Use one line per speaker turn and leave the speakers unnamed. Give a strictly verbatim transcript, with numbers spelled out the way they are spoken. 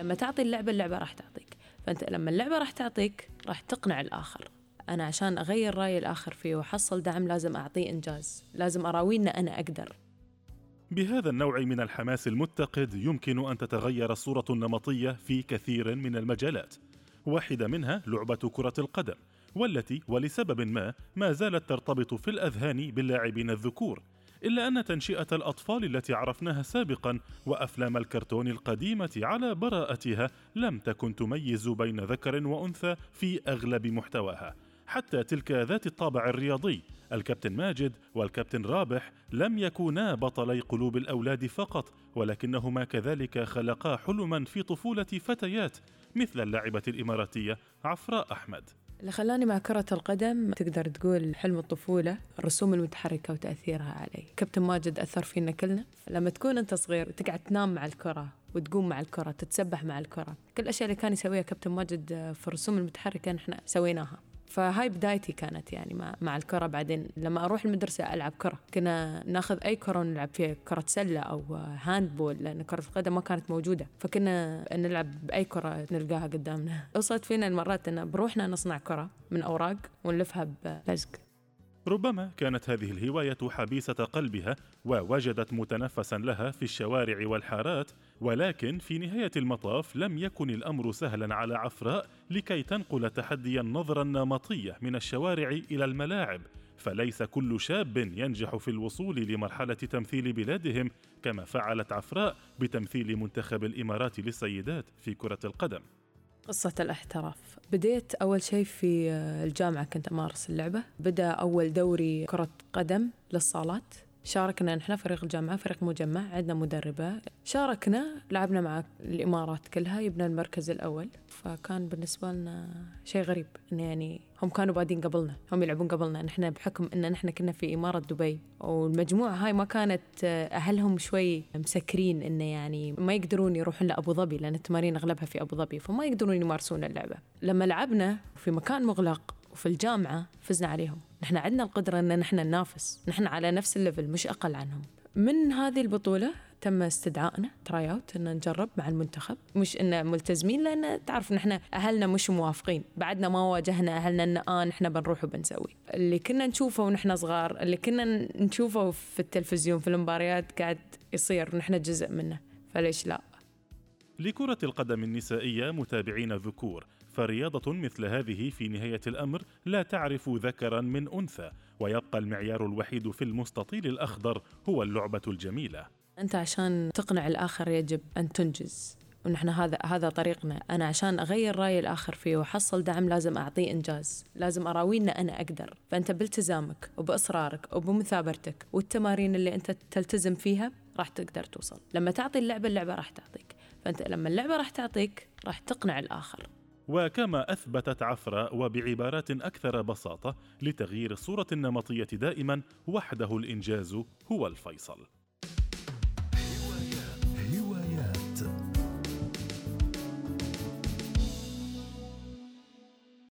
لما تعطي اللعبة اللعبة راح تعطيك. فأنت لما اللعبة راح تعطيك راح تقنع الآخر. أنا عشان أغير رأي الآخر فيه وحصل دعم لازم أعطيه إنجاز، لازم أراويه أن أنا أقدر.
بهذا النوع من الحماس المتقد يمكن أن تتغير الصورة النمطية في كثير من المجالات. واحدة منها لعبة كرة القدم، والتي ولسبب ما ما زالت ترتبط في الأذهان باللاعبين الذكور، إلا أن تنشئة الأطفال التي عرفناها سابقا وأفلام الكرتون القديمة على براءتها لم تكن تميز بين ذكر وأنثى في أغلب محتواها. حتى تلك ذات الطابع الرياضي، الكابتن ماجد والكابتن رابح لم يكونا بطلي قلوب الأولاد فقط، ولكنهما كذلك خلقا حلما في طفولة فتيات مثل اللاعبة الإماراتية عفراء أحمد.
اللي خلاني مع كرة القدم تقدر تقول حلم الطفولة، الرسوم المتحركة وتأثيرها علي. كابتن ماجد أثر فينا كلنا. لما تكون أنت صغير وتقعد تنام مع الكرة وتقوم مع الكرة، تتسبح مع الكرة، كل الأشياء اللي كان يسويها كابتن ماجد في الرسوم المتحركة نحن سويناها. فهاي بدايتي كانت يعني مع, مع الكرة. بعدين لما أروح المدرسة ألعب كرة، كنا ناخذ أي كرة ونلعب فيها، كرة سلة أو هاندبول، لأن كرة القدم ما كانت موجودة، فكنا نلعب بأي كرة نلقاها قدامنا. وصلت فينا المرات أن بروحنا نصنع كرة من أوراق ونلفها بلزق.
ربما كانت هذه الهواية حبيسة قلبها ووجدت متنفسا لها في الشوارع والحارات، ولكن في نهاية المطاف لم يكن الأمر سهلا على عفراء لكي تنقل تحدي النظرة النمطية من الشوارع إلى الملاعب. فليس كل شاب ينجح في الوصول لمرحلة تمثيل بلادهم كما فعلت عفراء بتمثيل منتخب الإمارات للسيدات في كرة القدم.
قصة الاحتراف، بديت أول شيء في الجامعة، كنت أمارس اللعبة. بدأ أول دوري كرة قدم للصالات، شاركنا نحن فريق الجامعة، فريق مجمع، عندنا مدربة، شاركنا لعبنا مع الإمارات كلها، يبنى المركز الأول. فكان بالنسبة لنا شيء غريب إن يعني هم كانوا بادين قبلنا، هم يلعبون قبلنا نحن، بحكم إن نحن كنا في إمارة دبي، والمجموعة هاي ما كانت أهلهم شوي مسكرين إنه يعني ما يقدرون يروحون لأبو ظبي، لأن التمارين أغلبها في أبو ظبي، فما يقدرون يمارسون اللعبة. لما لعبنا في مكان مغلق وفي الجامعة فزنا عليهم. نحن عندنا القدرة أن نحن ننافس، نحن على نفس الليفل مش أقل عنهم. من هذه البطولة تم استدعائنا تراي اوت ان نجرب مع المنتخب، مش ان ملتزمين، لان تعرف نحن اهلنا مش موافقين، بعدنا ما واجهنا اهلنا ان اه نحن بنروح وبنسوي اللي كنا نشوفه ونحن صغار، اللي كنا نشوفه في التلفزيون في المباريات قاعد يصير ونحن جزء منه، فليش لا؟
لكرة القدم النسائية متابعين ذكور، فرياضة مثل هذه في نهاية الأمر لا تعرف ذكرا من أنثى، ويبقى المعيار الوحيد في المستطيل الأخضر هو اللعبة الجميلة.
أنت عشان تقنع الآخر يجب أن تنجز، ونحن هذا هذا طريقنا. أنا عشان أغير رأي الآخر فيه وحصل دعم لازم أعطيه إنجاز، لازم أراويه أن أنا أقدر. فأنت بالتزامك وبإصرارك وبمثابرتك والتمارين اللي أنت تلتزم فيها راح تقدر توصل. لما تعطي اللعبة اللعبة راح تعطيك، فأنت لما اللعبة راح تعطيك راح تقنع الآخر.
وكما أثبتت عفراء وبعبارات أكثر بساطة، لتغيير الصورة النمطية دائما وحده الإنجاز هو الفيصل.